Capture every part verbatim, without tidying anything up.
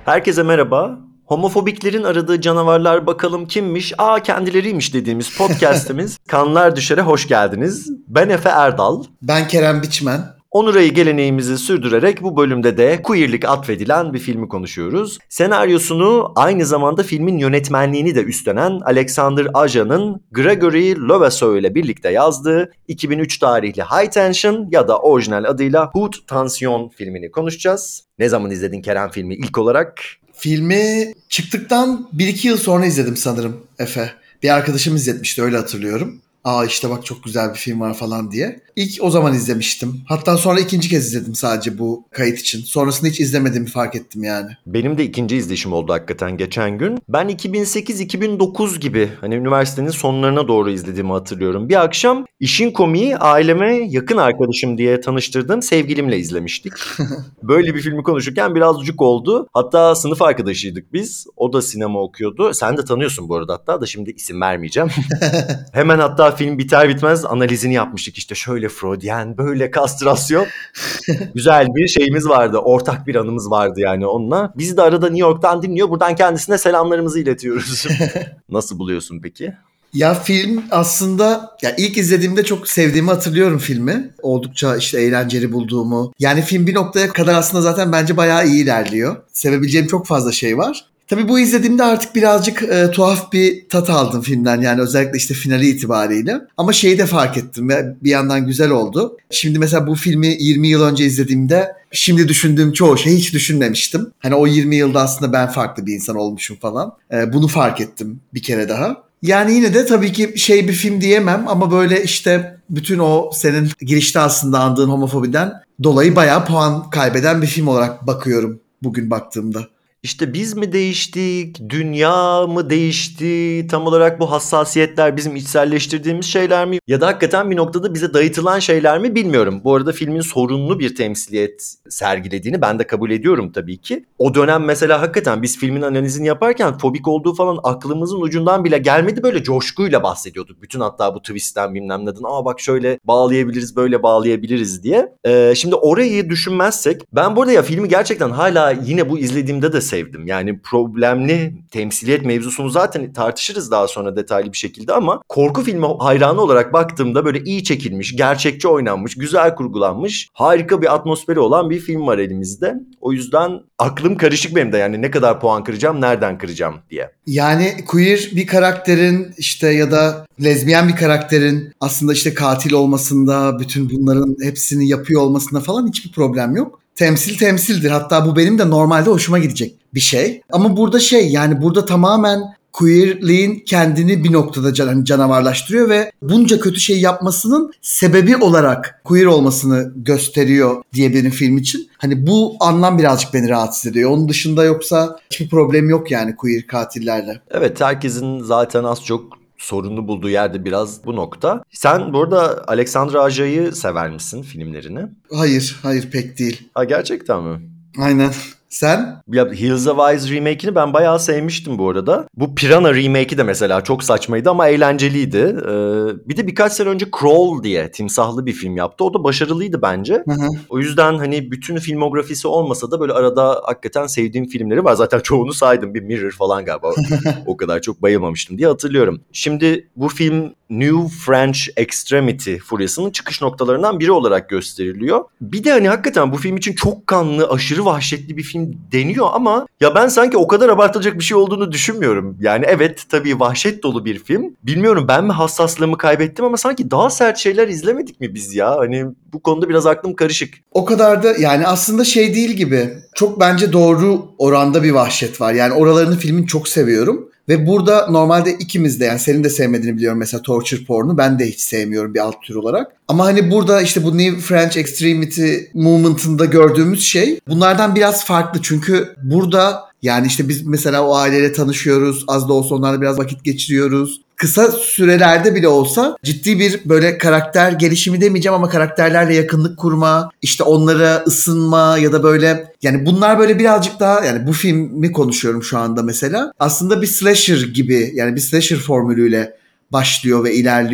Herkese merhaba. Homofobiklerin aradığı canavarlar bakalım kimmiş? Aa kendileriymiş dediğimiz podcast'imiz Kanlar Düşer'e hoş geldiniz. Ben Efe Erdal. Ben Kerem Biçmen. Onur Ayı geleneğimizi sürdürerek bu bölümde de queerlik atfedilen bir filmi konuşuyoruz. Senaryosunu aynı zamanda filmin yönetmenliğini de üstlenen Alexander Aja'nın Gregory Levasseur ile birlikte yazdığı iki bin üç tarihli High Tension ya da orijinal adıyla Haute Tension filmini konuşacağız. Ne zaman izledin Kerem filmi ilk olarak? Filmi çıktıktan bir iki yıl sonra izledim sanırım Efe. Bir arkadaşım izletmişti, öyle hatırlıyorum. Aa işte bak çok güzel bir film var falan diye. İlk o zaman izlemiştim. Hatta sonra ikinci kez izledim sadece bu kayıt için. Sonrasında hiç izlemediğimi fark ettim yani. Benim de ikinci izleyişim oldu hakikaten geçen gün. Ben iki bin sekiz iki bin dokuz gibi hani üniversitenin sonlarına doğru izlediğimi hatırlıyorum. Bir akşam işin komiği aileme yakın arkadaşım diye tanıştırdığım sevgilimle izlemiştik. Böyle bir filmi konuşurken birazcık oldu. Hatta sınıf arkadaşıydık biz. O da sinema okuyordu. Sen de tanıyorsun bu arada hatta da şimdi isim vermeyeceğim. Hemen hatta film biter bitmez analizini yapmıştık. İşte şöyle Freudyen, böyle kastrasyon. Güzel bir şeyimiz vardı. Ortak bir anımız vardı yani onunla. Bizi de arada New York'tan dinliyor. Buradan kendisine selamlarımızı iletiyoruz. Nasıl buluyorsun peki? Ya film aslında ya ilk izlediğimde çok sevdiğimi hatırlıyorum filmi. Oldukça işte eğlenceli bulduğumu. Yani film bir noktaya kadar aslında zaten bence bayağı iyi ilerliyor. Sevebileceğim çok fazla şey var. Tabii bu izlediğimde artık birazcık e, tuhaf bir tat aldım filmden, yani özellikle işte finali itibariyle. Ama şeyi de fark ettim ve bir yandan güzel oldu. Şimdi mesela bu filmi yirmi yıl önce izlediğimde şimdi düşündüğüm çoğu şeyi hiç düşünmemiştim. Hani o yirmi yılda aslında ben farklı bir insan olmuşum falan. E, bunu fark ettim bir kere daha. Yani yine de tabii ki şey bir film diyemem ama böyle işte bütün o senin girişte aslında andığın homofobiden dolayı bayağı puan kaybeden bir film olarak bakıyorum bugün baktığımda. İşte biz mi değiştik, dünya mı değişti, tam olarak bu hassasiyetler bizim içselleştirdiğimiz şeyler mi? Ya da hakikaten bir noktada bize dayatılan şeyler mi bilmiyorum. Bu arada filmin sorunlu bir temsiliyet sergilediğini ben de kabul ediyorum tabii ki. O dönem mesela hakikaten biz filmin analizini yaparken fobik olduğu falan aklımızın ucundan bile gelmedi. Böyle coşkuyla bahsediyorduk. Bütün hatta bu twist'ten bilmem neden. Aa bak şöyle bağlayabiliriz, böyle bağlayabiliriz diye. Ee, şimdi orayı düşünmezsek ben burada ya filmi gerçekten hala yine bu izlediğimde de sevdim. Yani problemli temsiliyet mevzusunu zaten tartışırız daha sonra detaylı bir şekilde ama korku filmi hayranı olarak baktığımda böyle iyi çekilmiş, gerçekçi oynanmış, güzel kurgulanmış, harika bir atmosferi olan bir film var elimizde. O yüzden aklım karışık benim de, yani ne kadar puan kıracağım, nereden kıracağım diye. Yani queer bir karakterin işte ya da lezbiyen bir karakterin aslında işte katil olmasında, bütün bunların hepsini yapıyor olmasında falan hiçbir problem yok. Temsil temsildir. Hatta bu benim de normalde hoşuma gidecek bir şey. Ama burada şey, yani burada tamamen queerliğin kendini bir noktada can- canavarlaştırıyor ve bunca kötü şey yapmasının sebebi olarak queer olmasını gösteriyor diye benim film için. Hani bu anlam birazcık beni rahatsız ediyor. Onun dışında yoksa hiçbir problem yok yani queer katillerle. Evet, herkesin zaten az çok sorunlu bulduğu yerde biraz bu nokta. Sen bu arada Alexander Aja'yı sever misin, filmlerini? Hayır, hayır pek değil. Ha, gerçekten mi? Aynen. Sen? Ya Hills Have Eyes remake'ini ben bayağı sevmiştim bu arada. Bu Piranha remake'i de mesela çok saçmaydı ama eğlenceliydi. Ee, bir de birkaç sene önce Crawl diye timsahlı bir film yaptı. O da başarılıydı bence. Hı hı. O yüzden hani bütün filmografisi olmasa da böyle arada hakikaten sevdiğim filmleri var. Zaten çoğunu saydım. Bir Mirror falan galiba. O kadar çok bayılmamıştım diye hatırlıyorum. Şimdi bu film New French Extremity furyasının çıkış noktalarından biri olarak gösteriliyor. Bir de hani hakikaten bu film için çok kanlı, aşırı vahşetli bir film deniyor ama ya ben sanki o kadar abartılacak bir şey olduğunu düşünmüyorum. Yani evet, tabii vahşet dolu bir film. Bilmiyorum, ben mi hassaslığımı kaybettim ama sanki daha sert şeyler izlemedik mi biz ya? Hani bu konuda biraz aklım karışık. O kadar da yani aslında şey değil gibi. Çok bence doğru oranda bir vahşet var. Yani oralarını filmin çok seviyorum. Ve burada normalde ikimiz de, yani senin de sevmediğini biliyorum mesela torture porn'u. Ben de hiç sevmiyorum bir alt tür olarak. Ama hani burada işte bu New French Extremity movement'ında gördüğümüz şey bunlardan biraz farklı. Çünkü burada yani işte biz mesela o aileyle tanışıyoruz. Az da olsa onlarla biraz vakit geçiriyoruz. Kısa sürelerde bile olsa ciddi bir böyle karakter gelişimi demeyeceğim ama karakterlerle yakınlık kurma, işte onlara ısınma ya da böyle, yani bunlar böyle birazcık daha, yani bu filmi konuşuyorum şu anda mesela. Aslında bir slasher gibi, yani bir slasher formülüyle başlıyor ve ilerliyor.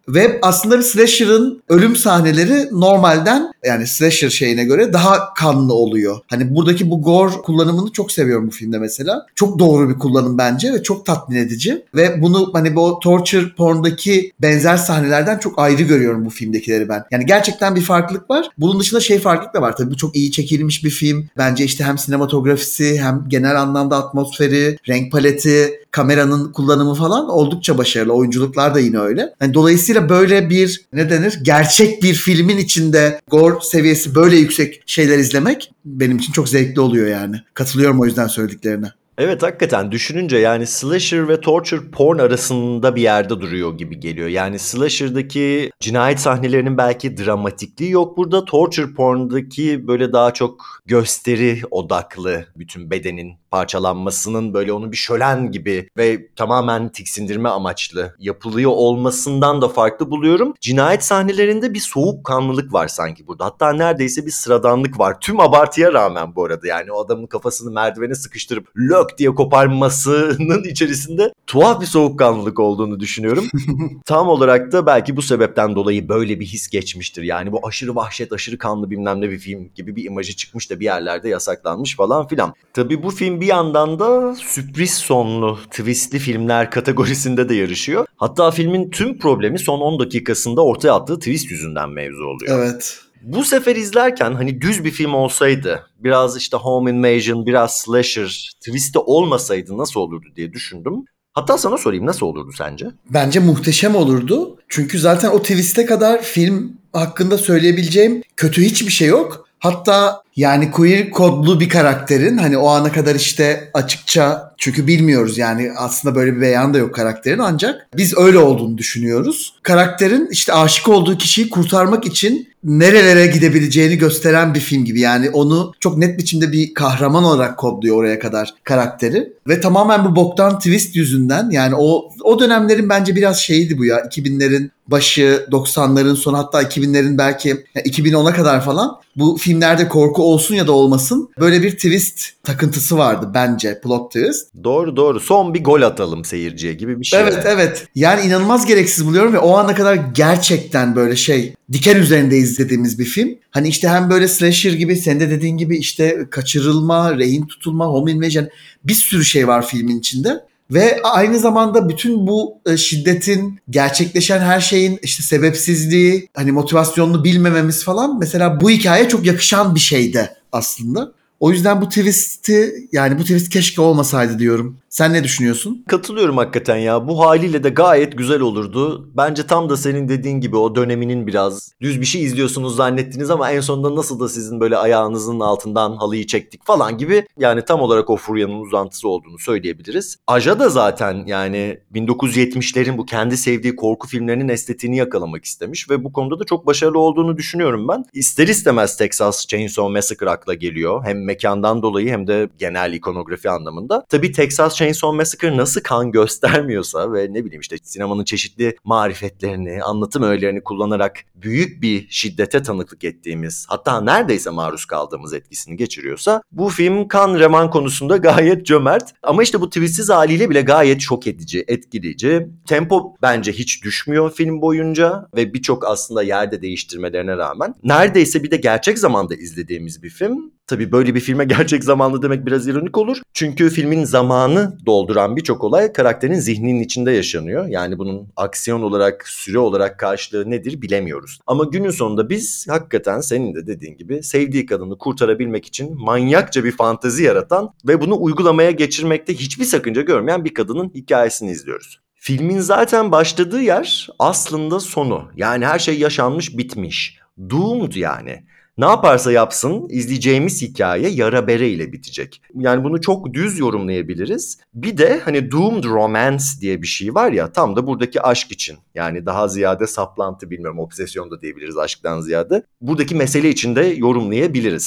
Ve aslında bir slasher'ın ölüm sahneleri normalden, yani slasher şeyine göre daha kanlı oluyor. Hani buradaki bu gore kullanımını çok seviyorum bu filmde mesela. Çok doğru bir kullanım bence ve çok tatmin edici. Ve bunu hani bu torture porn'daki benzer sahnelerden çok ayrı görüyorum bu filmdekileri ben. Yani gerçekten bir farklılık var. Bunun dışında şey farklılık da var. Tabii bu çok iyi çekilmiş bir film. Bence işte hem sinematografisi hem genel anlamda atmosferi, renk paleti, kameranın kullanımı falan oldukça başarılı. Oyunculuklar da yine öyle. Yani dolayısıyla böyle bir, ne denir, gerçek bir filmin içinde gore seviyesi böyle yüksek şeyler izlemek benim için çok zevkli oluyor yani. Katılıyorum o yüzden söylediklerine. Evet, hakikaten düşününce yani slasher ve torture porn arasında bir yerde duruyor gibi geliyor. Yani slasher'daki cinayet sahnelerinin belki dramatikliği yok burada. Torture porn'daki böyle daha çok gösteri odaklı, bütün bedenin parçalanmasının böyle onu bir şölen gibi ve tamamen tiksindirme amaçlı yapılıyor olmasından da farklı buluyorum. Cinayet sahnelerinde bir soğukkanlılık var sanki burada. Hatta neredeyse bir sıradanlık var. Tüm abartıya rağmen bu arada, yani o adamın kafasını merdivene sıkıştırıp lök diye koparmasının içerisinde tuhaf bir soğukkanlılık olduğunu düşünüyorum. Tam olarak da belki bu sebepten dolayı böyle bir his geçmiştir. Yani bu aşırı vahşet, aşırı kanlı bilmem ne bir film gibi bir imajı çıkmış da bir yerlerde yasaklanmış falan filan. Tabii bu film bir yandan da sürpriz sonlu, twistli filmler kategorisinde de yarışıyor. Hatta filmin tüm problemi son on dakikasında ortaya attığı twist yüzünden mevzu oluyor. Evet. Bu sefer izlerken hani düz bir film olsaydı, biraz işte home invasion, biraz slasher, twist'i olmasaydı nasıl olurdu diye düşündüm. Hatta sana sorayım, nasıl olurdu sence? Bence muhteşem olurdu. Çünkü zaten o twist'e kadar film hakkında söyleyebileceğim kötü hiçbir şey yok. Hatta yani queer kodlu bir karakterin, hani o ana kadar işte açıkça, çünkü bilmiyoruz yani aslında böyle bir beyan da yok karakterin, ancak biz öyle olduğunu düşünüyoruz. Karakterin işte aşık olduğu kişiyi kurtarmak için nerelere gidebileceğini gösteren bir film gibi. Yani onu çok net biçimde bir kahraman olarak kodluyor oraya kadar karakteri. Ve tamamen bu boktan twist yüzünden, yani o o dönemlerin bence biraz şeyiydi bu ya, iki binlerin başı, doksanların sonu, hatta iki binlerin belki iki bin ona kadar falan bu filmlerde korku olsun ya da olmasın böyle bir twist takıntısı vardı bence, plot twist. Doğru doğru, son bir gol atalım seyirciye gibi bir şey. Evet evet, yani inanılmaz gereksiz buluyorum ve o ana kadar gerçekten böyle şey, diken üzerinde izlediğimiz bir film. Hani işte hem böyle slasher gibi, sen de dediğin gibi işte kaçırılma, rehin tutulma, home invasion, bir sürü şey var filmin içinde. Ve aynı zamanda bütün bu şiddetin, gerçekleşen her şeyin işte sebepsizliği, hani motivasyonunu bilmememiz falan mesela bu hikayeye çok yakışan bir şeydi aslında. O yüzden bu twist'i, yani bu twist keşke olmasaydı diyorum. Sen ne düşünüyorsun? Katılıyorum hakikaten ya. Bu haliyle de gayet güzel olurdu. Bence tam da senin dediğin gibi o döneminin biraz düz bir şey izliyorsunuz zannettiniz ama en sonunda nasıl da sizin böyle ayağınızın altından halıyı çektik falan gibi, yani tam olarak o furyanın uzantısı olduğunu söyleyebiliriz. Aja da zaten yani bin dokuz yüz yetmişlerin bu kendi sevdiği korku filmlerinin estetiğini yakalamak istemiş ve bu konuda da çok başarılı olduğunu düşünüyorum ben. İster istemez Texas Chainsaw Massacre akla geliyor. Hem mekandan dolayı hem de genel ikonografi anlamında. Tabii Texas Chainsaw Massacre nasıl kan göstermiyorsa ve ne bileyim işte sinemanın çeşitli marifetlerini, anlatım öğelerini kullanarak büyük bir şiddete tanıklık ettiğimiz, hatta neredeyse maruz kaldığımız etkisini geçiriyorsa, bu film kan revan konusunda gayet cömert. Ama işte bu twistsiz haliyle bile gayet şok edici, etkileyici. Tempo bence hiç düşmüyor film boyunca ve birçok aslında yerde değiştirmelerine rağmen. Neredeyse bir de gerçek zamanda izlediğimiz bir film. Tabii böyle bir filme gerçek zamanlı demek biraz ironik olur. Çünkü filmin zamanı dolduran birçok olay karakterin zihninin içinde yaşanıyor. Yani bunun aksiyon olarak, süre olarak karşılığı nedir bilemiyoruz. Ama günün sonunda biz hakikaten senin de dediğin gibi sevdiği kadını kurtarabilmek için manyakça bir fantezi yaratan ve bunu uygulamaya geçirmekte hiçbir sakınca görmeyen bir kadının hikayesini izliyoruz. Filmin zaten başladığı yer aslında sonu. Yani her şey yaşanmış, bitmiş. Doomed yani. Ne yaparsa yapsın izleyeceğimiz hikaye yara bere ile bitecek. Yani bunu çok düz yorumlayabiliriz. Bir de hani doomed romance diye bir şey var ya, tam da buradaki aşk için. Yani daha ziyade saplantı, bilmiyorum, obsesyon da diyebiliriz aşktan ziyade. Buradaki mesele için de yorumlayabiliriz.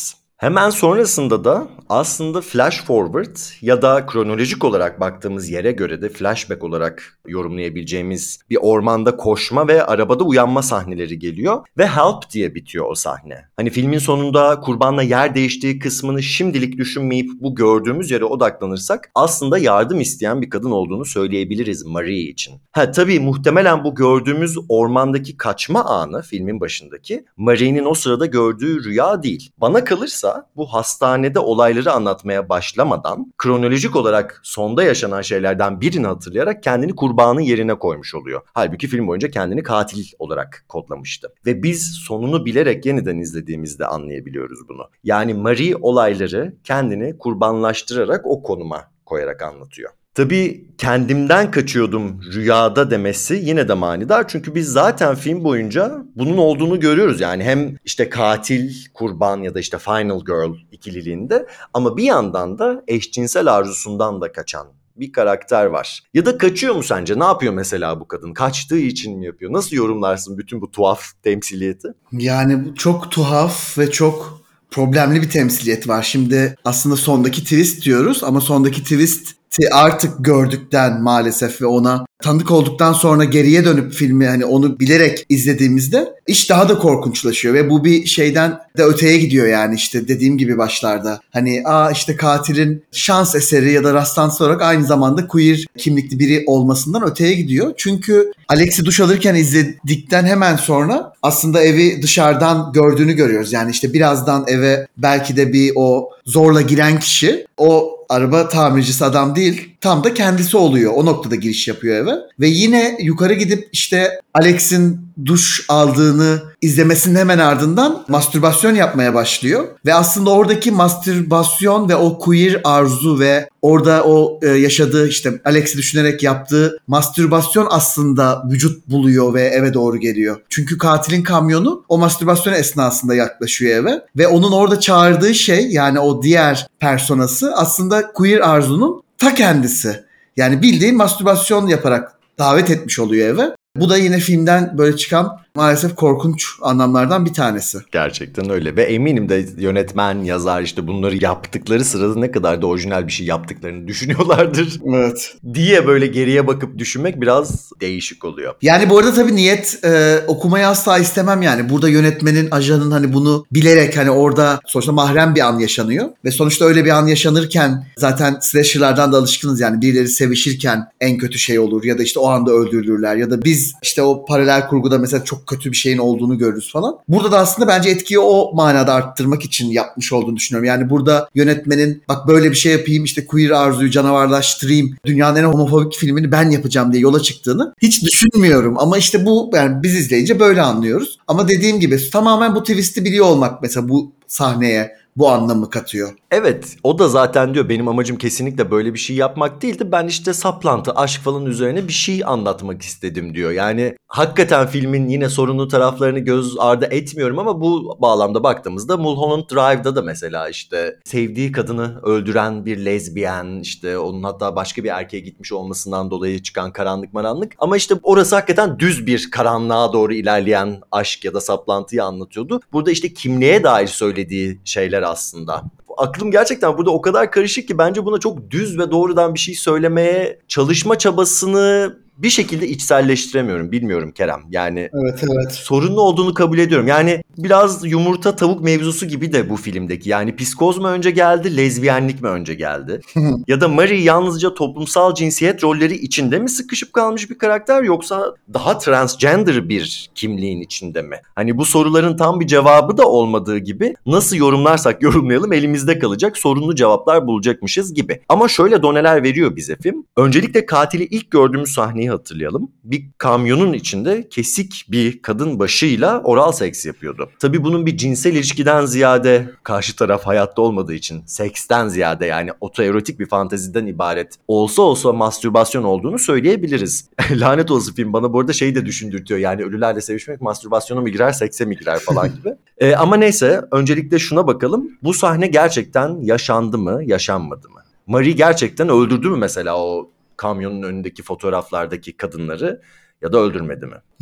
Hemen sonrasında da aslında flash forward ya da kronolojik olarak baktığımız yere göre de flashback olarak yorumlayabileceğimiz bir ormanda koşma ve arabada uyanma sahneleri geliyor ve help diye bitiyor o sahne. Hani filmin sonunda kurbanla yer değiştiği kısmını şimdilik düşünmeyip bu gördüğümüz yere odaklanırsak aslında yardım isteyen bir kadın olduğunu söyleyebiliriz Marie için. Ha tabii muhtemelen bu gördüğümüz ormandaki kaçma anı filmin başındaki Marie'nin o sırada gördüğü rüya değil. Bana kalırsa bu hastanede olayları anlatmaya başlamadan kronolojik olarak sonda yaşanan şeylerden birini hatırlayarak kendini kurbanın yerine koymuş oluyor. Halbuki film boyunca kendini katil olarak kodlamıştı. Ve biz sonunu bilerek yeniden izlediğimizde anlayabiliyoruz bunu. Yani Marie olayları kendini kurbanlaştırarak o konuma koyarak anlatıyor. Tabii kendimden kaçıyordum rüyada demesi yine de manidar. Çünkü biz zaten film boyunca bunun olduğunu görüyoruz. Yani hem işte katil, kurban ya da işte final girl ikililiğinde ama bir yandan da eşcinsel arzusundan da kaçan bir karakter var. Ya da kaçıyor mu sence? Ne yapıyor mesela bu kadın? Kaçtığı için mi yapıyor? Nasıl yorumlarsın bütün bu tuhaf temsiliyeti? Yani bu çok tuhaf ve çok problemli bir temsiliyet var. Şimdi aslında sondaki twist diyoruz ama sondaki twist artık gördükten maalesef ve ona tanık olduktan sonra geriye dönüp filmi hani onu bilerek izlediğimizde iş daha da korkunçlaşıyor ve bu bir şeyden de öteye gidiyor yani işte dediğim gibi başlarda. Hani aa işte katilin şans eseri ya da rastlantısı olarak aynı zamanda queer kimlikli biri olmasından öteye gidiyor. Çünkü Alex'i duş alırken izledikten hemen sonra aslında evi dışarıdan gördüğünü görüyoruz. Yani işte birazdan eve belki de bir o zorla giren kişi o araba tamircisi adam değil, tam da kendisi oluyor. O noktada giriş yapıyor eve. Ve yine yukarı gidip işte Alex'in duş aldığını izlemesinin hemen ardından mastürbasyon yapmaya başlıyor. Ve aslında oradaki mastürbasyon ve o queer arzu ve orada o e, yaşadığı işte Alex'i düşünerek yaptığı mastürbasyon aslında vücut buluyor ve eve doğru geliyor. Çünkü katilin kamyonu o mastürbasyon esnasında yaklaşıyor eve. Ve onun orada çağırdığı şey yani o diğer personası aslında queer arzunun ta kendisi. Yani bildiğin mastürbasyon yaparak davet etmiş oluyor eve. Bu da yine filmden böyle çıkan maalesef korkunç anlamlardan bir tanesi. Gerçekten öyle ve eminim de yönetmen, yazar işte bunları yaptıkları sırada ne kadar da orijinal bir şey yaptıklarını düşünüyorlardır. Evet. Diye böyle geriye bakıp düşünmek biraz değişik oluyor. Yani bu arada tabii niyet e, okumayı asla istemem yani. Burada yönetmenin, ajanın hani bunu bilerek hani orada sonuçta mahrem bir an yaşanıyor. Ve sonuçta öyle bir an yaşanırken zaten slasher'lardan da alışkınız yani birileri sevişirken en kötü şey olur ya da işte o anda öldürülürler ya da biz işte o paralel kurguda mesela çok kötü bir şeyin olduğunu görürüz falan. Burada da aslında bence etkiyi o manada arttırmak için yapmış olduğunu düşünüyorum. Yani burada yönetmenin bak böyle bir şey yapayım işte queer arzuyu canavarlaştırayım dünyanın en homofobik filmini ben yapacağım diye yola çıktığını hiç düşünmüyorum. Ama işte bu yani biz izleyince böyle anlıyoruz. Ama dediğim gibi tamamen bu twist'i biliyor olmak mesela bu sahneye bu anlamı katıyor. Evet, o da zaten diyor benim amacım kesinlikle böyle bir şey yapmak değildi. Ben işte saplantı, aşk falan üzerine bir şey anlatmak istedim diyor. Yani hakikaten filmin yine sorunlu taraflarını göz ardı etmiyorum ama bu bağlamda baktığımızda Mulholland Drive'da da mesela işte sevdiği kadını öldüren bir lezbiyen, işte onun hatta başka bir erkeğe gitmiş olmasından dolayı çıkan karanlık maranlık. Ama işte orası hakikaten düz bir karanlığa doğru ilerleyen aşk ya da saplantıyı anlatıyordu. Burada işte kimliğe dair söylediği şeyler aslında. Aklım gerçekten burada o kadar karışık ki bence buna çok düz ve doğrudan bir şey söylemeye çalışma çabasını bir şekilde içselleştiremiyorum. Bilmiyorum Kerem. Yani evet evet. sorunlu olduğunu kabul ediyorum. Yani biraz yumurta tavuk mevzusu gibi de bu filmdeki. Yani psikoz mu önce geldi, lezbiyenlik mi önce geldi? Ya da Marie yalnızca toplumsal cinsiyet rolleri içinde mi sıkışıp kalmış bir karakter yoksa daha transgender bir kimliğin içinde mi? Hani bu soruların tam bir cevabı da olmadığı gibi nasıl yorumlarsak yorumlayalım elimizde kalacak sorunlu cevaplar bulacakmışız gibi. Ama şöyle doneler veriyor bize film. Öncelikle katili ilk gördüğümüz sahneyi hatırlayalım. Bir kamyonun içinde kesik bir kadın başıyla oral seks yapıyordu. Tabii bunun bir cinsel ilişkiden ziyade karşı taraf hayatta olmadığı için seksten ziyade yani otoerotik bir fanteziden ibaret olsa olsa mastürbasyon olduğunu söyleyebiliriz. Lanet olası film bana bu arada şeyi de düşündürtüyor yani ölülerle sevişmek mastürbasyona mı girer sekse mi girer falan gibi. E, ama neyse öncelikle şuna bakalım bu sahne gerçekten yaşandı mı yaşanmadı mı? Marie gerçekten öldürdü mü mesela o kamyonun önündeki fotoğraflardaki kadınları ya da öldürmedi mi?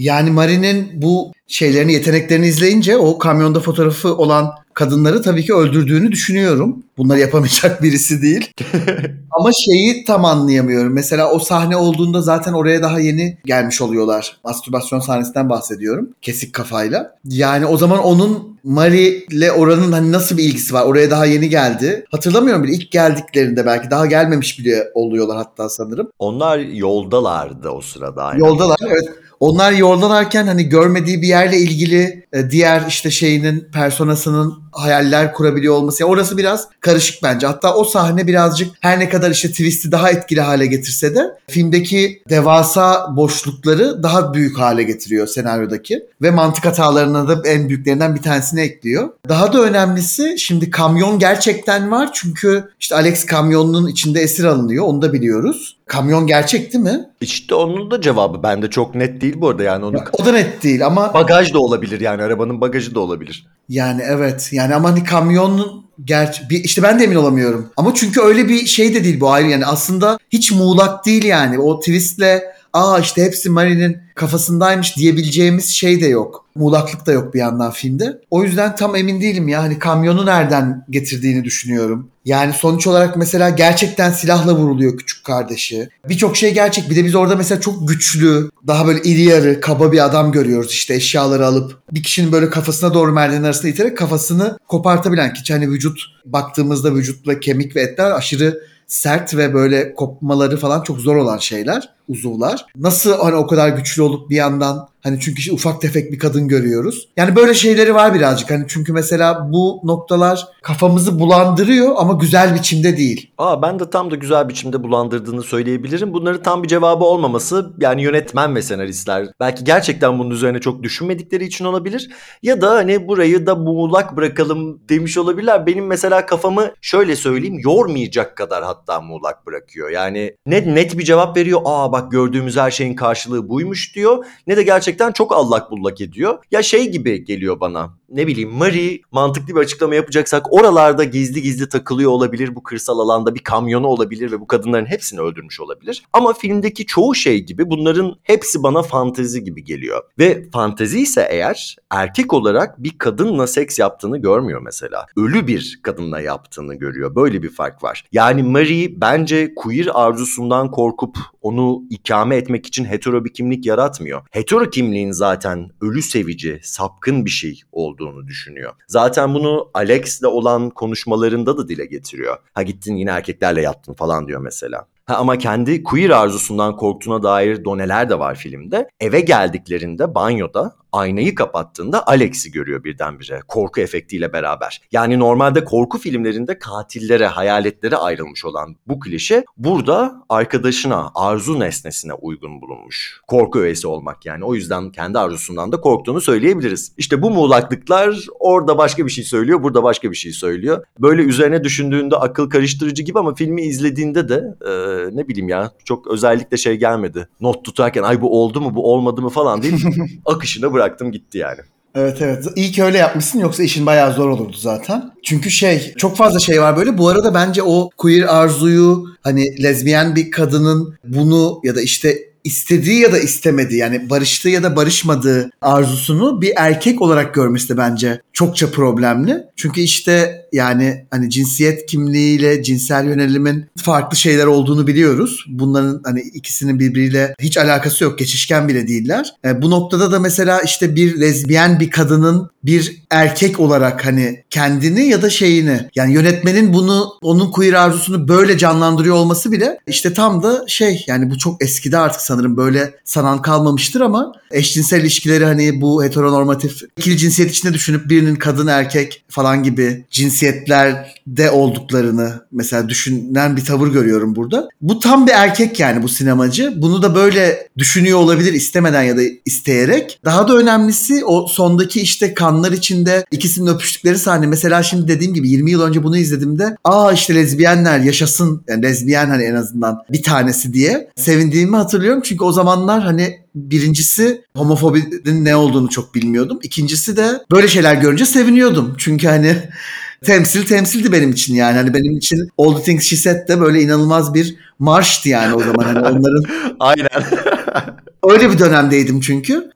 Yani Marie'nin bu şeylerini, yeteneklerini izleyince o kamyonda fotoğrafı olan kadınları tabii ki öldürdüğünü düşünüyorum. Bunları yapamayacak birisi değil. Ama şeyi tam anlayamıyorum. Mesela o sahne olduğunda zaten oraya daha yeni gelmiş oluyorlar. Mastürbasyon sahnesinden bahsediyorum. Kesik kafayla. Yani o zaman onun Marie ile oranın hani nasıl bir ilgisi var? Oraya daha yeni geldi. Hatırlamıyorum bile, ilk geldiklerinde belki daha gelmemiş bile oluyorlar hatta sanırım. Onlar yoldalardı o sırada aynen. Yoldalar, evet. Onlar yoldalarken hani görmediği bir yerle ilgili e, diğer işte şeyinin, personasının hayaller kurabiliyor olması. Yani orası biraz karışık bence. Hatta o sahne birazcık, her ne kadar işte twist'i daha etkili hale getirse de filmdeki devasa boşlukları daha büyük hale getiriyor senaryodaki. Ve mantık hatalarına da en büyüklerinden bir tanesini ekliyor. Daha da önemlisi, şimdi kamyon gerçekten var. Çünkü işte Alex kamyonunun içinde esir alınıyor. Onu da biliyoruz. Kamyon gerçek değil mi? İşte onun da cevabı bende çok net değil bu arada, yani onu O da net değil ama bagaj da olabilir, yani arabanın bagajı da olabilir. yani evet, yani ama hani kamyonun gerçi bir, işte ben de emin olamıyorum. Ama çünkü öyle bir şey de değil bu, ayrı yani, aslında hiç muğlak değil yani. O twistle aa işte hepsi Marie'nin kafasındaymış diyebileceğimiz şey de yok. Muğlaklık da yok bir yandan filmde. O yüzden tam emin değilim ya, hani kamyonu nereden getirdiğini düşünüyorum. Yani sonuç olarak mesela gerçekten silahla vuruluyor küçük kardeşi. Birçok şey gerçek. Bir de biz orada mesela çok güçlü, daha böyle iri yarı, kaba bir adam görüyoruz, işte eşyaları alıp bir kişinin böyle kafasına doğru merdiven arasında iterek kafasını kopartabilen, ki hani vücut, baktığımızda vücut ve kemik ve etler aşırı sert ve böyle kopmaları falan çok zor olan şeyler, uzuvlar. Nasıl hani o kadar güçlü olup bir yandan, hani çünkü işte ufak tefek bir kadın görüyoruz. Yani böyle şeyleri var birazcık. Hani çünkü mesela bu noktalar kafamızı bulandırıyor ama güzel biçimde değil. Aa, ben de tam da güzel biçimde bulandırdığını söyleyebilirim. Bunların tam bir cevabı olmaması, yani yönetmen ve senaristler belki gerçekten bunun üzerine çok düşünmedikleri için olabilir. Ya da hani burayı da muğlak bırakalım demiş olabilirler. Benim mesela kafamı şöyle söyleyeyim, yormayacak kadar hatta muğlak bırakıyor. Yani ne net bir cevap veriyor. Aa bak, gördüğümüz her şeyin karşılığı buymuş diyor. Ne de gerçekten çok allak bullak ediyor. Ya şey gibi geliyor bana. Ne bileyim, Marie, mantıklı bir açıklama yapacaksak, oralarda gizli gizli takılıyor olabilir. Bu kırsal alanda bir kamyonu olabilir ve bu kadınların hepsini öldürmüş olabilir. Ama filmdeki çoğu şey gibi bunların hepsi bana fantezi gibi geliyor. Ve fantezi ise eğer, erkek olarak bir kadınla seks yaptığını görmüyor mesela. Ölü bir kadınla yaptığını görüyor. Böyle bir fark var. Yani Marie bence queer arzusundan korkup onu ikame etmek için hetero bir kimlik yaratmıyor. Hetero kimliğin zaten ölü sevici, sapkın bir şey olduğunu düşünüyor. Zaten bunu Alex'le olan konuşmalarında da dile getiriyor. Ha, gittin yine erkeklerle yattın falan diyor mesela. Ha, ama kendi queer arzusundan korktuğuna dair doneler de var filmde. Eve geldiklerinde banyoda aynayı kapattığında Alex'i görüyor birdenbire, korku efektiyle beraber. Yani normalde korku filmlerinde katillere, hayaletlere ayrılmış olan bu klişe burada arkadaşına, arzu nesnesine uygun bulunmuş. Korku öğesi olmak yani. O yüzden kendi arzusundan da korktuğunu söyleyebiliriz. İşte bu muğlaklıklar orada başka bir şey söylüyor, burada başka bir şey söylüyor. Böyle üzerine düşündüğünde akıl karıştırıcı gibi, ama filmi izlediğinde de e, ne bileyim ya, çok özellikle şey gelmedi. Not tutarken ay bu oldu mu, bu olmadı mı falan değil. Akışına bıraktım gitti yani. Evet evet. İyi ki öyle yapmışsın, yoksa işin bayağı zor olurdu zaten. Çünkü şey, çok fazla şey var böyle. Bu arada bence o queer arzuyu, hani lezbiyen bir kadının bunu ya da işte istediği ya da istemediği, yani barıştığı ya da barışmadığı arzusunu bir erkek olarak görmesi de bence çokça problemli. Çünkü işte yani hani cinsiyet kimliğiyle cinsel yönelimin farklı şeyler olduğunu biliyoruz. Bunların hani ikisinin birbiriyle hiç alakası yok. Geçişken bile değiller. E, bu noktada da mesela işte bir lezbiyen bir kadının bir erkek olarak hani kendini ya da şeyini, yani yönetmenin bunu, onun queer arzusunu böyle canlandırıyor olması bile işte tam da şey, yani bu çok eskide artık sanırım böyle sanan kalmamıştır ama eşcinsel ilişkileri hani bu heteronormatif ikili cinsiyet içinde düşünüp birinin kadın erkek falan gibi cinsiyetlerde olduklarını mesela düşünen bir tavır görüyorum burada. Bu tam bir erkek yani bu sinemacı. Bunu da böyle düşünüyor olabilir, istemeden ya da isteyerek. Daha da önemlisi o sondaki işte kanlar içinde ikisinin öpüştükleri sahne. Mesela şimdi dediğim gibi yirmi yıl önce bunu izlediğimde aa işte lezbiyenler yaşasın, yani lezbiyen hani en azından bir tanesi diye sevindiğimi hatırlıyorum. Çünkü o zamanlar hani birincisi homofobinin ne olduğunu çok bilmiyordum. İkincisi de böyle şeyler görünce seviniyordum. Çünkü hani temsil temsildi benim için yani. Hani benim için All the Things She Said de böyle inanılmaz bir marştı yani o zaman. Hani onların Aynen. öyle bir dönemdeydim çünkü.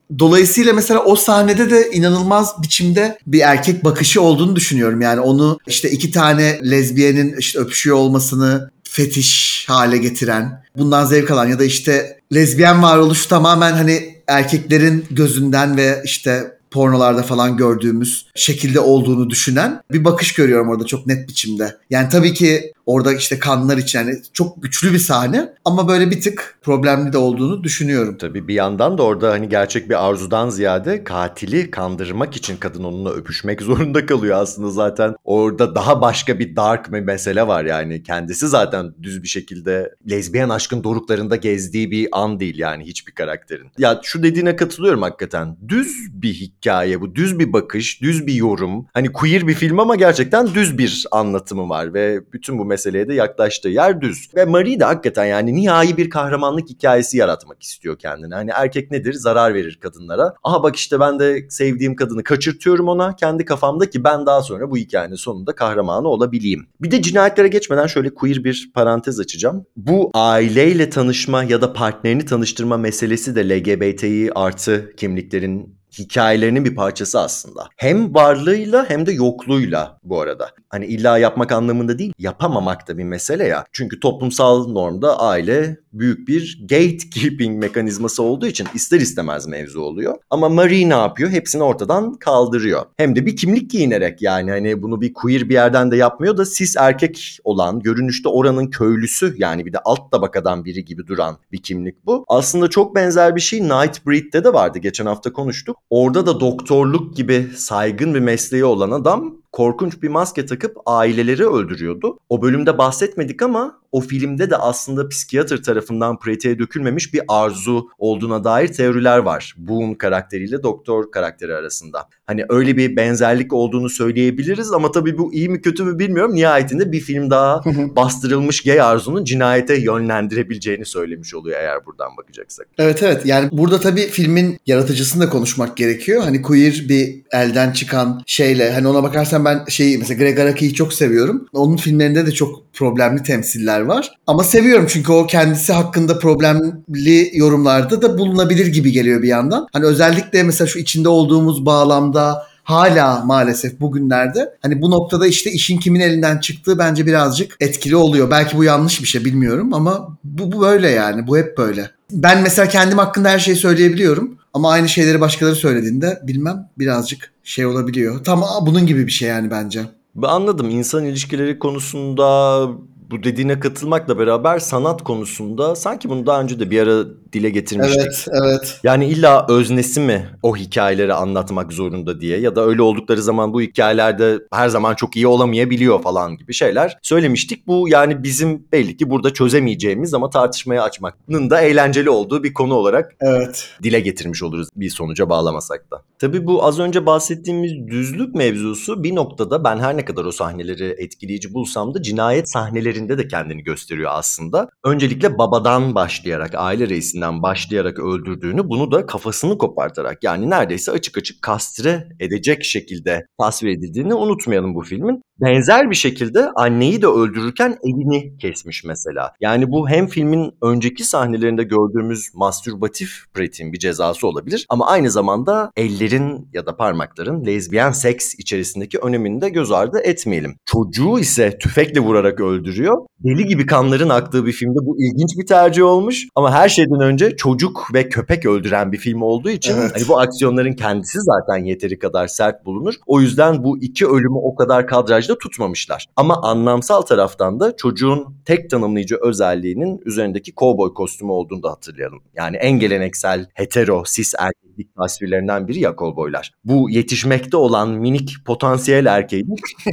Dolayısıyla mesela o sahnede de inanılmaz biçimde bir erkek bakışı olduğunu düşünüyorum. Yani onu işte iki tane lezbiyenin işte öpüşüyor olmasını fetiş hale getiren, bundan zevk alan ya da işte lezbiyen varoluşu tamamen hani erkeklerin gözünden ve işte pornolarda falan gördüğümüz şekilde olduğunu düşünen bir bakış görüyorum orada çok net biçimde. Yani tabii ki orada işte kanlar için yani çok güçlü bir sahne ama böyle bir tık problemli de olduğunu düşünüyorum. Tabii bir yandan da orada hani gerçek bir arzudan ziyade katili kandırmak için kadın onunla öpüşmek zorunda kalıyor aslında zaten. Orada daha başka bir dark bir mesele var yani. Kendisi zaten düz bir şekilde lezbiyen aşkın doruklarında gezdiği bir an değil yani hiçbir karakterin. Ya şu dediğine katılıyorum hakikaten. Düz bir hikaye bu. Düz bir bakış, düz bir yorum. Hani queer bir film ama gerçekten düz bir anlatımı var ve bütün bu meseleye de yaklaştığı yer düz. Ve Marie de hakikaten yani nihai bir kahramanlık hikayesi yaratmak istiyor kendine. Hani erkek nedir? Zarar verir kadınlara. Aha bak işte ben de sevdiğim kadını kaçırtıyorum ona kendi kafamda ki ben daha sonra bu hikayenin sonunda kahramanı olabileyim. Bir de cinayetlere geçmeden şöyle queer bir parantez açacağım. Bu aileyle tanışma ya da partnerini tanıştırma meselesi de L G B T İ artı kimliklerin hikayelerinin bir parçası aslında. Hem varlığıyla hem de yokluğuyla bu arada. Hani illa yapmak anlamında değil, yapamamak da bir mesele ya. Çünkü toplumsal normda aile büyük bir gatekeeping mekanizması olduğu için ister istemez mevzu oluyor. Ama Marie ne yapıyor? Hepsini ortadan kaldırıyor. Hem de bir kimlik giyinerek yani hani bunu bir queer bir yerden de yapmıyor da cis erkek olan, görünüşte oranın köylüsü yani bir de alt tabakadan biri gibi duran bir kimlik bu. Aslında çok benzer bir şey Nightbreed'de de vardı. Geçen hafta konuştuk. Orada da doktorluk gibi saygın bir mesleği olan adam korkunç bir maske takıp aileleri öldürüyordu. O bölümde bahsetmedik ama o filmde de aslında psikiyatr tarafından pratiğe dökülmemiş bir arzu olduğuna dair teoriler var. Boone karakteriyle doktor karakteri arasında. Hani öyle bir benzerlik olduğunu söyleyebiliriz ama tabii bu iyi mi kötü mü bilmiyorum. Nihayetinde bir film daha bastırılmış gay arzunun cinayete yönlendirebileceğini söylemiş oluyor eğer buradan bakacaksak. Evet evet yani burada tabii filmin yaratıcısını da konuşmak gerekiyor. Hani queer bir elden çıkan şeyle hani ona bakarsan ben şeyi mesela Greg Araki'yi çok seviyorum. Onun filmlerinde de çok problemli temsiller var. Ama seviyorum çünkü o kendisi hakkında problemli yorumlarda da bulunabilir gibi geliyor bir yandan. Hani özellikle mesela şu içinde olduğumuz bağlamda hala maalesef bugünlerde hani bu noktada işte işin kimin elinden çıktığı bence birazcık etkili oluyor. Belki bu yanlış bir şey bilmiyorum ama bu, bu böyle yani. Bu hep böyle. Ben mesela kendim hakkında her şeyi söyleyebiliyorum ama aynı şeyleri başkaları söylediğinde bilmem birazcık şey olabiliyor. Tam bunun gibi bir şey yani bence. Ben anladım. İnsan ilişkileri konusunda bu dediğine katılmakla beraber sanat konusunda sanki bunu daha önce de bir ara dile getirmiştik. Evet, evet. Yani illa öznesi mi o hikayeleri anlatmak zorunda diye ya da öyle oldukları zaman bu hikayelerde her zaman çok iyi olamayabiliyor falan gibi şeyler söylemiştik. Bu yani bizim belli ki burada çözemeyeceğimiz ama tartışmaya açmanın da eğlenceli olduğu bir konu olarak Evet. dile getirmiş oluruz bir sonuca bağlamasak da. Tabii bu az önce bahsettiğimiz düzlük mevzusu bir noktada ben her ne kadar o sahneleri etkileyici bulsam da cinayet sahnelerinde de kendini gösteriyor aslında. Öncelikle babadan başlayarak, aile reisinden başlayarak öldürdüğünü, bunu da kafasını kopartarak yani neredeyse açık açık kastre edecek şekilde tasvir edildiğini unutmayalım bu filmin. Benzer bir şekilde anneyi de öldürürken elini kesmiş mesela. Yani bu hem filmin önceki sahnelerinde gördüğümüz mastürbatif pratiğin bir cezası olabilir ama aynı zamanda ellerin ya da parmakların lezbiyen seks içerisindeki önemini de göz ardı etmeyelim. Çocuğu ise tüfekle vurarak öldürüyor. Deli gibi kanların aktığı bir filmde bu ilginç bir tercih olmuş ama her şeyden önce çocuk ve köpek öldüren bir film olduğu için Evet. hani bu aksiyonların kendisi zaten yeteri kadar sert bulunur. O yüzden bu iki ölümü o kadar kadrajda tutmamışlar. Ama anlamsal taraftan da çocuğun tek tanımlayıcı özelliğinin üzerindeki kovboy kostümü olduğunu da hatırlayalım. Yani en geleneksel hetero, cis erkeklik tasvirlerinden biri ya kovboylar. Bu yetişmekte olan minik potansiyel erkeği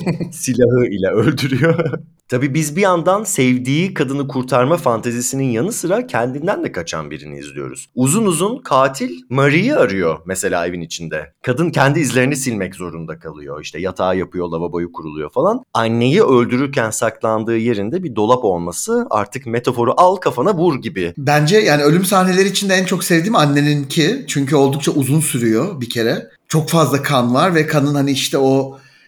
silahı ile öldürüyor. Tabii biz bir yandan sevdiği kadını kurtarma fantezisinin yanı sıra kendinden de kaçan birini izliyoruz. Uzun uzun katil Marie'yi arıyor mesela evin içinde. Kadın kendi izlerini silmek zorunda kalıyor. İşte yatağı yapıyor, lavaboyu kuruluyor falan. Anneyi öldürürken saklandığı yerinde bir dolap olması artık metaforu al kafana vur gibi. Bence yani ölüm sahneleri içinde en çok sevdiğim anneninki. Çünkü oldukça uzun sürüyor bir kere. Çok fazla kan var ve kanın hani işte o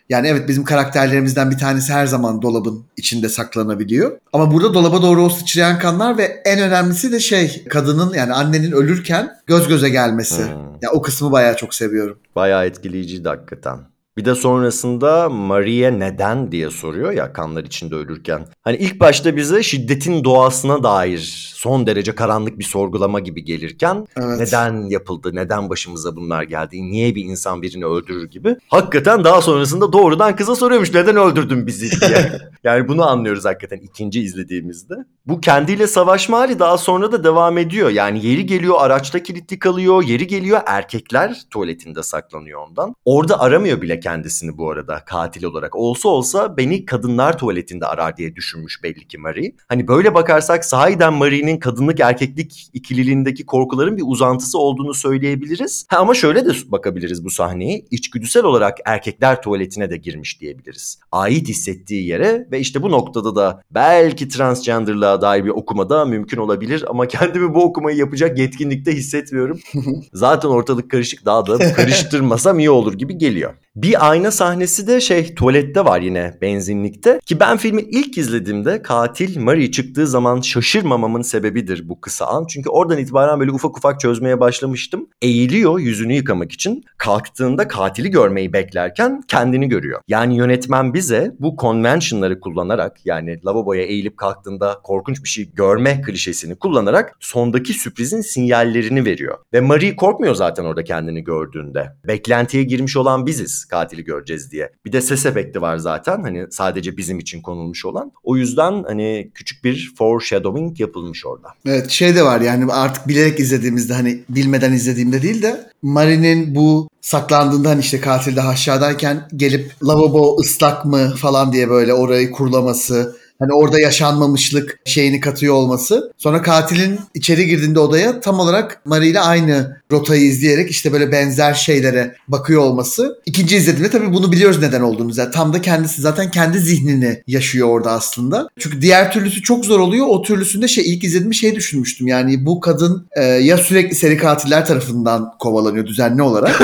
Yani evet, bizim karakterlerimizden bir tanesi her zaman dolabın içinde saklanabiliyor. Ama burada dolaba doğru o sıçrayan kanlar ve en önemlisi de şey, kadının yani annenin ölürken göz göze gelmesi. Hmm. Ya o kısmı bayağı çok seviyorum. Bayağı etkileyiciydi hakikaten. Bir de sonrasında Maria neden diye soruyor ya kanlar içinde ölürken. Hani ilk başta bize şiddetin doğasına dair son derece karanlık bir sorgulama gibi gelirken Evet. neden yapıldı, neden başımıza bunlar geldi, niye bir insan birini öldürür gibi. Hakikaten daha sonrasında doğrudan kıza soruyormuş neden öldürdün bizi diye. Yani bunu anlıyoruz hakikaten ikinci izlediğimizde. Bu kendiyle savaşma hali daha sonra da devam ediyor. Yani yeri geliyor araçta kilitli kalıyor, yeri geliyor erkekler tuvaletinde saklanıyor ondan. Orada aramıyor bile kendisini bu arada katil olarak. Olsa olsa beni kadınlar tuvaletinde arar diye düşünmüş belli ki Marie. Hani böyle bakarsak sahiden Marie'nin kadınlık erkeklik ikililiğindeki korkuların bir uzantısı olduğunu söyleyebiliriz. Ha, ama şöyle de bakabiliriz bu sahneye. İçgüdüsel olarak erkekler tuvaletine de girmiş diyebiliriz. Ait hissettiği yere ve işte bu noktada da belki transgenderlığa dair bir okumada mümkün olabilir ama kendimi bu okumayı yapacak yetkinlikte hissetmiyorum. Zaten ortalık karışık, daha da karıştırmasam iyi olur gibi geliyor. Bir ayna sahnesi de şey tuvalette var yine benzinlikte ki ben filmi ilk izlediğimde katil Marie çıktığı zaman şaşırmamamın sebebidir bu kısa an. Çünkü oradan itibaren böyle ufak ufak çözmeye başlamıştım. Eğiliyor yüzünü yıkamak için. Kalktığında katili görmeyi beklerken kendini görüyor. Yani yönetmen bize bu convention'ları kullanarak yani lavaboya eğilip kalktığında korkunç bir şey görme klişesini kullanarak sondaki sürprizin sinyallerini veriyor. Ve Marie korkmuyor zaten orada kendini gördüğünde. Beklentiye girmiş olan biziz katili göreceğiz diye. Bir de ses efekti var zaten hani sadece bizim için konulmuş olan. O yüzden hani küçük bir foreshadowing yapılmış orada. Evet, şey de var yani artık bilerek izlediğimizde hani bilmeden izlediğimde değil de Marie'nin bu saklandığında hani işte katil de aşağıdayken gelip lavabo ıslak mı falan diye böyle orayı kurulaması, hani orada yaşanmamışlık şeyini katıyor olması. Sonra katilin içeri girdiğinde odaya tam olarak Marie ile aynı rotayı izleyerek işte böyle benzer şeylere bakıyor olması. İkinci izlediğimde tabii bunu biliyoruz neden olduğunu. Zaten tam da kendisi zaten kendi zihnini yaşıyor orada aslında. Çünkü diğer türlüsü çok zor oluyor. O türlüsünde şey ilk izlediğimde şey düşünmüştüm. Yani bu kadın e, ya sürekli seri katiller tarafından kovalanıyor düzenli olarak.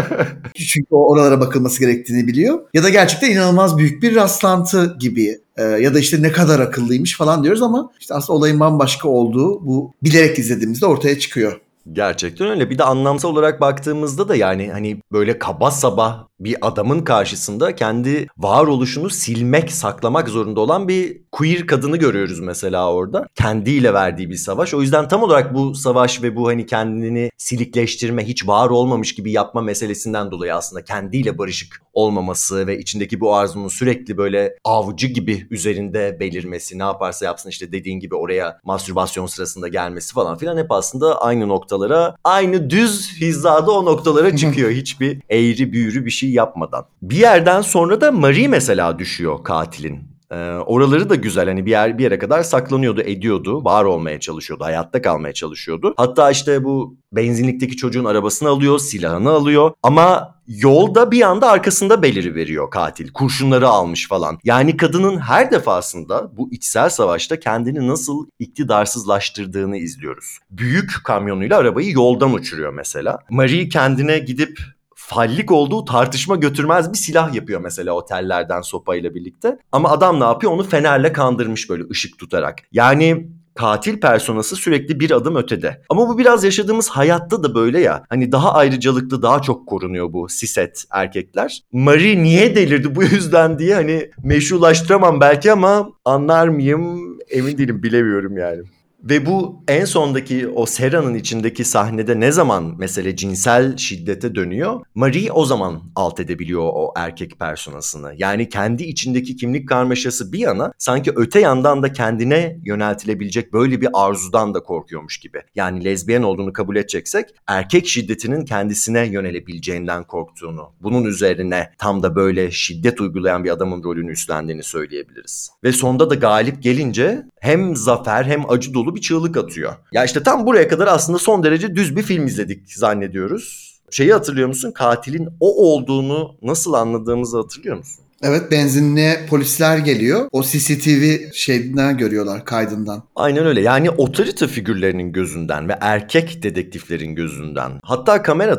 Çünkü o oralara bakılması gerektiğini biliyor. Ya da gerçekten inanılmaz büyük bir rastlantı gibi. Ee, ya da işte ne kadar akıllıymış falan diyoruz ama işte aslında olayın bambaşka olduğu bu bilerek izlediğimizde ortaya çıkıyor. Gerçekten öyle. Bir de anlamsal olarak baktığımızda da yani hani böyle kaba saba bir adamın karşısında kendi varoluşunu silmek, saklamak zorunda olan bir queer kadını görüyoruz mesela orada. Kendiyle verdiği bir savaş. O yüzden tam olarak bu savaş ve bu hani kendini silikleştirme, hiç var olmamış gibi yapma meselesinden dolayı aslında kendiyle barışık olmaması ve içindeki bu arzunun sürekli böyle avcı gibi üzerinde belirmesi, ne yaparsa yapsın işte dediğin gibi oraya mastürbasyon sırasında gelmesi falan filan hep aslında aynı noktalara, aynı düz hizada o noktalara çıkıyor. Hiçbir eğri büğrü bir şey yapmadan. Bir yerden sonra da Marie mesela düşüyor katilin. Ee, oraları da güzel hani bir yer bir yere kadar saklanıyordu, ediyordu, var olmaya çalışıyordu, hayatta kalmaya çalışıyordu. Hatta işte bu benzinlikteki çocuğun arabasını alıyor, silahını alıyor ama yolda bir anda arkasında beliriveriyor katil. Kurşunları almış falan. Yani kadının her defasında bu içsel savaşta kendini nasıl iktidarsızlaştırdığını izliyoruz. Büyük kamyonuyla arabayı yoldan uçuruyor mesela. Marie kendine gidip fallik olduğu tartışma götürmez bir silah yapıyor mesela otellerden sopayla birlikte. Ama adam ne yapıyor? Onu fenerle kandırmış böyle ışık tutarak. Yani katil personası sürekli bir adım ötede. Ama bu biraz yaşadığımız hayatta da böyle ya. Hani daha ayrıcalıklı, daha çok korunuyor bu siset erkekler. Marie niye delirdi bu yüzden diye hani meşrulaştıramam belki ama anlar mıyım emin değilim, bilemiyorum yani. Ve bu en sondaki o Sera'nın içindeki sahnede ne zaman mesele cinsel şiddete dönüyor? Marie o zaman alt edebiliyor o erkek personasını. Yani kendi içindeki kimlik karmaşası bir yana sanki öte yandan da kendine yöneltilebilecek böyle bir arzudan da korkuyormuş gibi. Yani lezbiyen olduğunu kabul edeceksek erkek şiddetinin kendisine yönelebileceğinden korktuğunu, bunun üzerine tam da böyle şiddet uygulayan bir adamın rolünü üstlendiğini söyleyebiliriz. Ve sonda da galip gelince hem zafer hem acı dolu bir çığlık atıyor. Ya işte tam buraya kadar aslında son derece düz bir film izledik zannediyoruz. Şeyi hatırlıyor musun? Katilin o olduğunu nasıl anladığımızı hatırlıyor musun? Evet, benzinliğe polisler geliyor. O C C T V şeyinden görüyorlar, kaydından. Aynen öyle. Yani otorite figürlerinin gözünden ve erkek dedektiflerin gözünden. Hatta kameradan.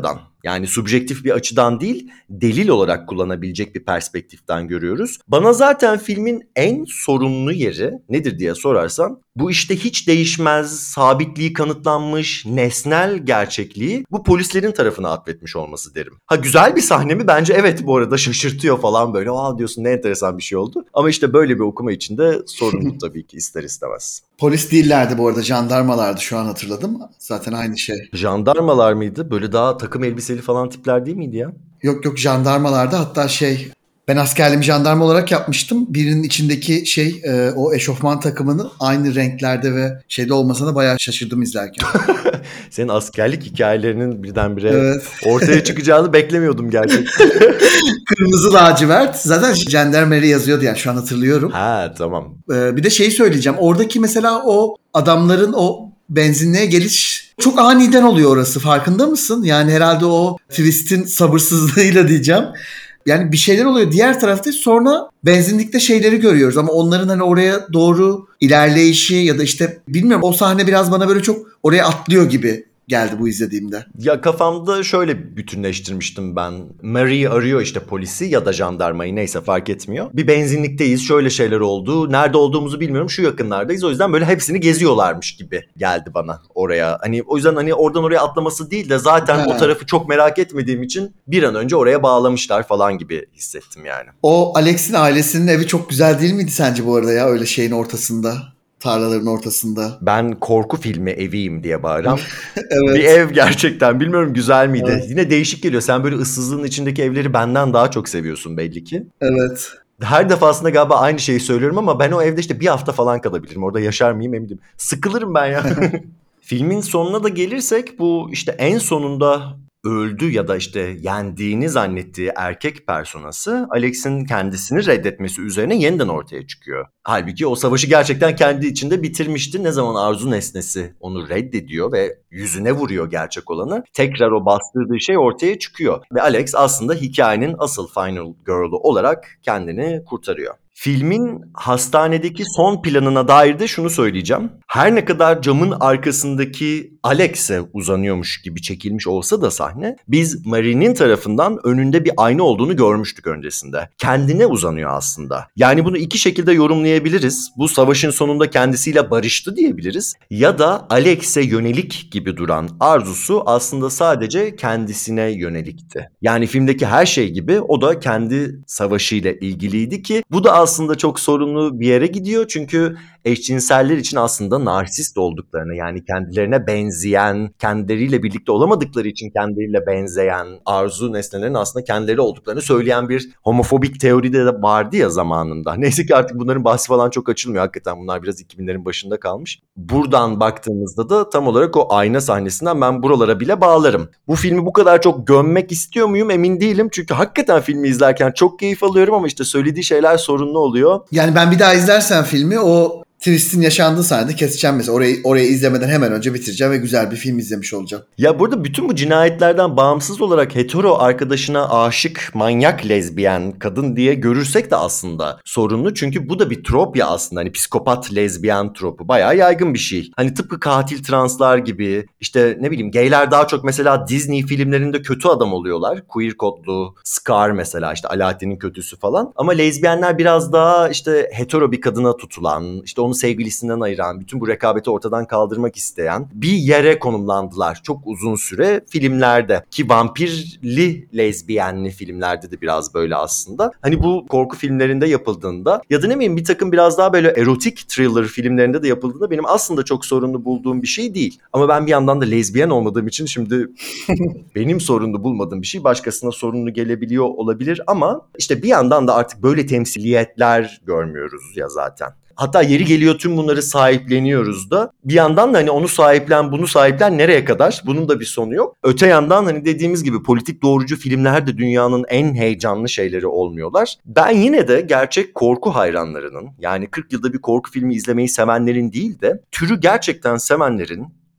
Yani subjektif bir açıdan değil, delil olarak kullanabilecek bir perspektiften görüyoruz. Bana zaten filmin en sorunlu yeri nedir diye sorarsan, bu işte hiç değişmez, sabitliği kanıtlanmış, nesnel gerçekliği bu polislerin tarafına atfetmiş olması derim. Ha, güzel bir sahne mi? Bence evet, bu arada şaşırtıyor falan böyle. Aa diyorsun, ne enteresan bir şey oldu. Ama işte böyle bir okuma içinde sorunlu tabii ki, ister istemez. Polis değillerdi bu arada, jandarmalardı, şu an hatırladım. Zaten aynı şey. Jandarmalar mıydı? Böyle daha takım elbiseli falan tipler değil miydi ya? Yok yok, jandarmalardı, hatta şey, ben askerliğimi jandarma olarak yapmıştım. Birinin içindeki şey e, o eşofman takımının aynı renklerde ve şeyde olmasına bayağı şaşırdım izlerken. Senin askerlik hikayelerinin birdenbire Evet. ortaya çıkacağını beklemiyordum gerçekten. Kırmızı lacivert. Zaten jandarmeri yazıyordu yani, şu an hatırlıyorum. Ha, tamam. Ee, bir de şeyi söyleyeceğim. Oradaki mesela o adamların o benzinliğe geliş çok aniden oluyor orası. Farkında mısın? Yani herhalde o twist'in sabırsızlığıyla diyeceğim. Yani bir şeyler oluyor. Diğer tarafta sonra benzinlikte şeyleri görüyoruz ama onların hani oraya doğru ilerleyişi ya da işte bilmiyorum, o sahne biraz bana böyle çok oraya atlıyor gibi geldi bu izlediğimde. Ya kafamda şöyle bütünleştirmiştim ben. Mary arıyor işte polisi ya da jandarmayı, neyse fark etmiyor. Bir benzinlikteyiz, şöyle şeyler oldu. Nerede olduğumuzu bilmiyorum, şu yakınlardayız. O yüzden böyle hepsini geziyorlarmış gibi geldi bana oraya. Hani o yüzden hani oradan oraya atlaması değil de zaten Ha. o tarafı çok merak etmediğim için bir an önce oraya bağlamışlar falan gibi hissettim yani. O Alex'in ailesinin evi çok güzel değil miydi sence bu arada ya, öyle şeyin ortasında, tarlaların ortasında? Ben korku filmi eviyim diye bağıran Evet. bir ev gerçekten. Bilmiyorum, güzel miydi? Evet. Yine değişik geliyor. Sen böyle ıssızlığın içindeki evleri benden daha çok seviyorsun belli ki. Evet. Her defasında galiba aynı şeyi söylüyorum ama ben o evde işte bir hafta falan kalabilirim. Orada yaşar mıyım emin değilim. Sıkılırım ben ya. Filmin sonuna da gelirsek, bu işte en sonunda öldü ya da işte yendiğini zannettiği erkek personası Alex'in kendisini reddetmesi üzerine yeniden ortaya çıkıyor. Halbuki o savaşı gerçekten kendi içinde bitirmişti. Ne zaman arzu nesnesi onu reddediyor ve yüzüne vuruyor gerçek olanı, tekrar o bastırdığı şey ortaya çıkıyor. Ve Alex aslında hikayenin asıl final girl'ü olarak kendini kurtarıyor. Filmin hastanedeki son planına dair de şunu söyleyeceğim. Her ne kadar camın arkasındaki Alex'e uzanıyormuş gibi çekilmiş olsa da sahne, biz Marie'nin tarafından önünde bir ayna olduğunu görmüştük öncesinde. Kendine uzanıyor aslında. Yani bunu iki şekilde yorumlayabiliriz. Bu savaşın sonunda kendisiyle barıştı diyebiliriz. Ya da Alex'e yönelik gibi duran arzusu aslında sadece kendisine yönelikti. Yani filmdeki her şey gibi o da kendi savaşıyla ilgiliydi ki bu da aslında çok sorunlu bir yere gidiyor. Çünkü eşcinseller için aslında narsist olduklarını, yani kendilerine benzeyen, kendileriyle birlikte olamadıkları için kendileriyle benzeyen arzu nesnelerinin aslında kendileri olduklarını söyleyen bir homofobik teoride de vardı ya zamanında. Neyse ki artık bunların bahsi falan çok açılmıyor. Hakikaten bunlar biraz iki binlerin başında kalmış. Buradan baktığımızda da tam olarak o ayna sahnesinden ben buralara bile bağlarım. Bu filmi bu kadar çok gömmek istiyor muyum emin değilim. Çünkü hakikaten filmi izlerken çok keyif alıyorum ama işte söylediği şeyler sorunlu oluyor. Yani ben bir daha izlersen filmi, o twist'in yaşandığı sahnede keseceğim mesela. Orayı, orayı izlemeden hemen önce bitireceğim ve güzel bir film izlemiş olacağım. Ya burada bütün bu cinayetlerden bağımsız olarak hetero arkadaşına aşık manyak lezbiyen kadın diye görürsek de aslında sorunlu. Çünkü bu da bir trop ya aslında. Hani psikopat lezbiyen tropu bayağı yaygın bir şey. Hani tıpkı katil translar gibi, işte ne bileyim gayler daha çok mesela Disney filmlerinde kötü adam oluyorlar. Queer kodlu Scar mesela, işte Aladdin'in kötüsü falan. Ama lezbiyenler biraz daha işte hetero bir kadına tutulan, işte onu sevgilisinden ayıran, bütün bu rekabeti ortadan kaldırmak isteyen bir yere konumlandılar çok uzun süre filmlerde. Ki vampirli lezbiyenli filmlerde de biraz böyle aslında. Hani bu korku filmlerinde yapıldığında ya da ne bileyim bir takım biraz daha böyle erotik thriller filmlerinde de yapıldığında benim aslında çok sorunlu bulduğum bir şey değil. Ama ben bir yandan da lezbiyen olmadığım için şimdi benim sorunlu bulmadığım bir şey başkasına sorunlu gelebiliyor olabilir ama işte bir yandan da artık böyle temsiliyetler görmüyoruz ya zaten. Hatta yeri geliyor tüm bunları sahipleniyoruz da. Bir yandan da hani onu sahiplen, bunu sahiplen nereye kadar? Bunun da bir sonu yok. Öte yandan hani dediğimiz gibi politik doğrucu filmler de dünyanın en heyecanlı şeyleri olmuyorlar. Ben yine de gerçek korku hayranlarının, yani kırk yılda bir korku filmi izlemeyi sevenlerin değil de türü gerçekten sevenlerin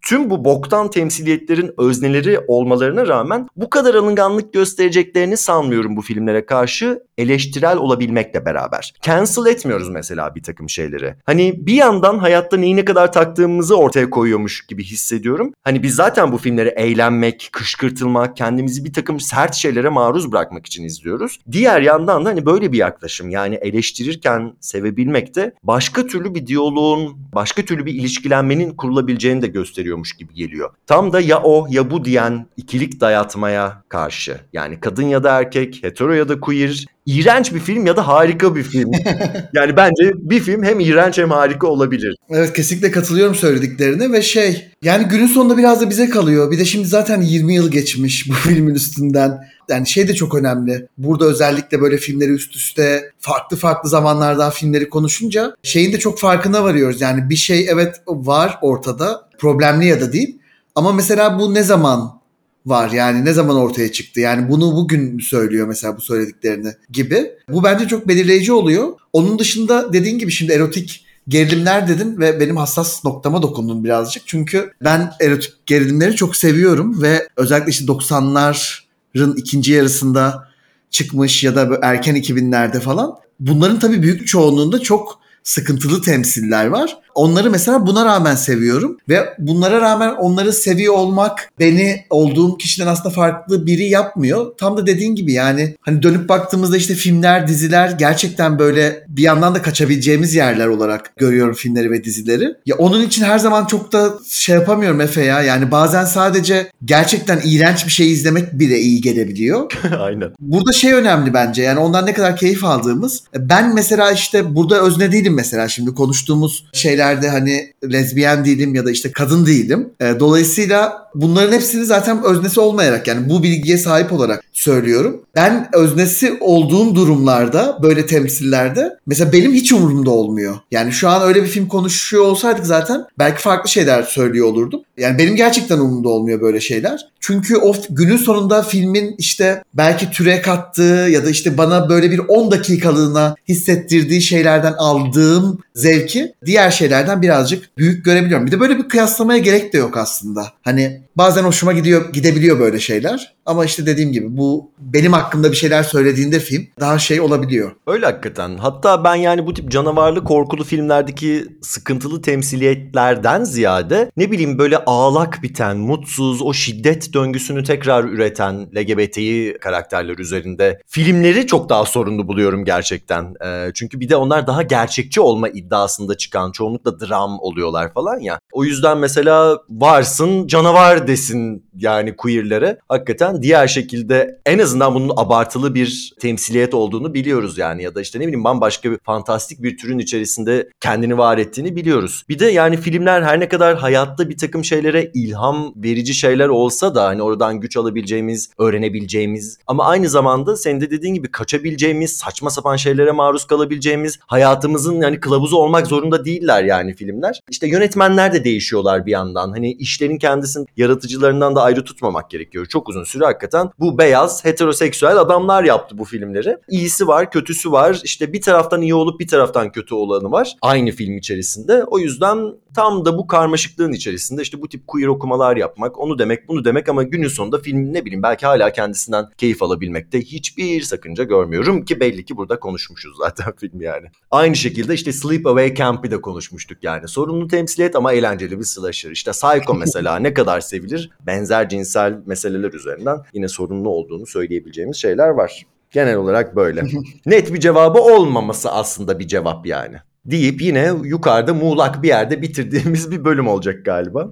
tüm bu boktan temsiliyetlerin özneleri olmalarına rağmen bu kadar alınganlık göstereceklerini sanmıyorum bu filmlere karşı, eleştirel olabilmekle beraber. Cancel etmiyoruz mesela bir takım şeyleri. Hani bir yandan hayatta neyi ne kadar taktığımızı ortaya koyuyormuş gibi hissediyorum. Hani biz zaten bu filmleri eğlenmek, kışkırtılmak, kendimizi bir takım sert şeylere maruz bırakmak için izliyoruz. Diğer yandan da hani böyle bir yaklaşım, yani eleştirirken sevebilmek de başka türlü bir diyaloğun, başka türlü bir ilişkilenmenin kurulabileceğini de gösteriyormuş gibi geliyor. Tam da ya o ya bu diyen ikilik dayatmaya karşı. Yani kadın ya da erkek, hetero ya da queer, İğrenç bir film ya da harika bir film. Yani bence bir film hem iğrenç hem harika olabilir. Evet, kesinlikle katılıyorum söylediklerine ve şey, yani günün sonunda biraz da bize kalıyor. Bir de şimdi zaten yirmi yıl geçmiş bu filmin üstünden. Yani şey de çok önemli. Burada özellikle böyle filmleri üst üste farklı farklı zamanlardan filmleri konuşunca şeyin de çok farkına varıyoruz. Yani bir şey evet var ortada, problemli ya da değil. Ama mesela bu ne zaman var, yani ne zaman ortaya çıktı, yani bunu bugün söylüyor mesela bu söylediklerini gibi. Bu bence çok belirleyici oluyor. Onun dışında dediğin gibi şimdi erotik gerilimler dedin ve benim hassas noktama dokundun birazcık. Çünkü ben erotik gerilimleri çok seviyorum ve özellikle işte doksanların ikinci yarısında çıkmış ya da erken iki binlerde falan. Bunların tabii büyük çoğunluğunda çok sıkıntılı temsiller var. Onları mesela buna rağmen seviyorum ve bunlara rağmen onları seviyor olmak beni olduğum kişiden aslında farklı biri yapmıyor. Tam da dediğin gibi, yani hani dönüp baktığımızda işte filmler, diziler gerçekten böyle bir yandan da kaçabileceğimiz yerler olarak görüyorum filmleri ve dizileri. Ya onun için her zaman çok da şey yapamıyorum Efe ya. Yani bazen sadece gerçekten iğrenç bir şey izlemek bile iyi gelebiliyor. Aynen. Burada şey önemli bence, yani ondan ne kadar keyif aldığımız. Ben mesela işte burada özne değilim mesela, şimdi konuştuğumuz şeylerde hani lezbiyen değilim ya da işte kadın değilim. Dolayısıyla bunların hepsini zaten öznesi olmayarak, yani bu bilgiye sahip olarak söylüyorum. Ben öznesi olduğum durumlarda, böyle temsillerde mesela benim hiç umurumda olmuyor. Yani şu an öyle bir film konuşuyor olsaydık zaten belki farklı şeyler söylüyor olurdum. Yani benim gerçekten umurumda olmuyor böyle şeyler. Çünkü o günün sonunda filmin işte belki türe kattığı ya da işte bana böyle bir on dakikalığına hissettirdiği şeylerden aldığım zevki diğer şeylerden birazcık büyük görebiliyorum. Bir de böyle bir kıyaslamaya gerek de yok aslında. Hani bazen hoşuma gidiyor, gidebiliyor böyle şeyler. Ama işte dediğim gibi bu benim hakkımda bir şeyler söylediğinde film daha şey olabiliyor. Öyle hakikaten. Hatta ben yani bu tip canavarlı korkulu filmlerdeki sıkıntılı temsiliyetlerden ziyade ne bileyim böyle ağlak biten, mutsuz, o şiddet döngüsünü tekrar üreten L G B T'yi karakterler üzerinde filmleri çok daha sorunlu buluyorum gerçekten. Ee, çünkü bir de onlar daha gerçekçi olma iddiasında çıkan, çoğunlukla dram oluyorlar falan ya. O yüzden mesela varsın canavar desin yani queerlere. Hakikaten diğer şekilde en azından bunun abartılı bir temsiliyet olduğunu biliyoruz yani, ya da işte ne bileyim bambaşka bir fantastik bir türün içerisinde kendini var ettiğini biliyoruz. Bir de yani filmler her ne kadar hayatta bir takım şeylere ilham verici şeyler olsa da hani oradan güç alabileceğimiz, öğrenebileceğimiz ama aynı zamanda senin de dediğin gibi kaçabileceğimiz, saçma sapan şeylere maruz kalabileceğimiz, hayatımızın yani kılavuzu olmak zorunda değiller yani filmler. İşte yönetmenler de değişiyorlar bir yandan. Hani işlerin kendisini yaratıcılarından da ayrı tutmamak gerekiyor. Çok uzun süre hakikaten bu beyaz heteroseksüel adamlar yaptı bu filmleri. İyisi var, kötüsü var. İşte bir taraftan iyi olup bir taraftan kötü olanı var. Aynı film içerisinde. O yüzden tam da bu karmaşıklığın içerisinde işte bu tip queer okumalar yapmak, onu demek, bunu demek ama günün sonunda film ne bileyim belki hala kendisinden keyif alabilmekte hiçbir sakınca görmüyorum ki belli ki burada konuşmuşuz zaten film yani. Aynı şekilde işte Sleepaway Camp'i de konuşmuştuk yani. Sorunlu temsiliyet ama eğlenceli bir slasher. İşte Psycho mesela ne kadar sevilir? Benzer cinsel meseleler üzerinden yine sorunlu olduğunu söyleyebileceğimiz şeyler var. Genel olarak böyle. Net bir cevabı olmaması aslında bir cevap yani. Deyip yine yukarıda muğlak bir yerde bitirdiğimiz bir bölüm olacak galiba.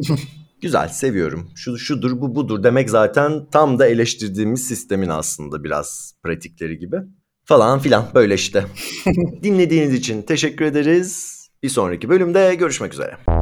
Güzel, seviyorum. Şu şudur, bu budur demek zaten tam da eleştirdiğimiz sistemin aslında biraz pratikleri gibi. Falan filan böyle işte. Dinlediğiniz için teşekkür ederiz. Bir sonraki bölümde görüşmek üzere.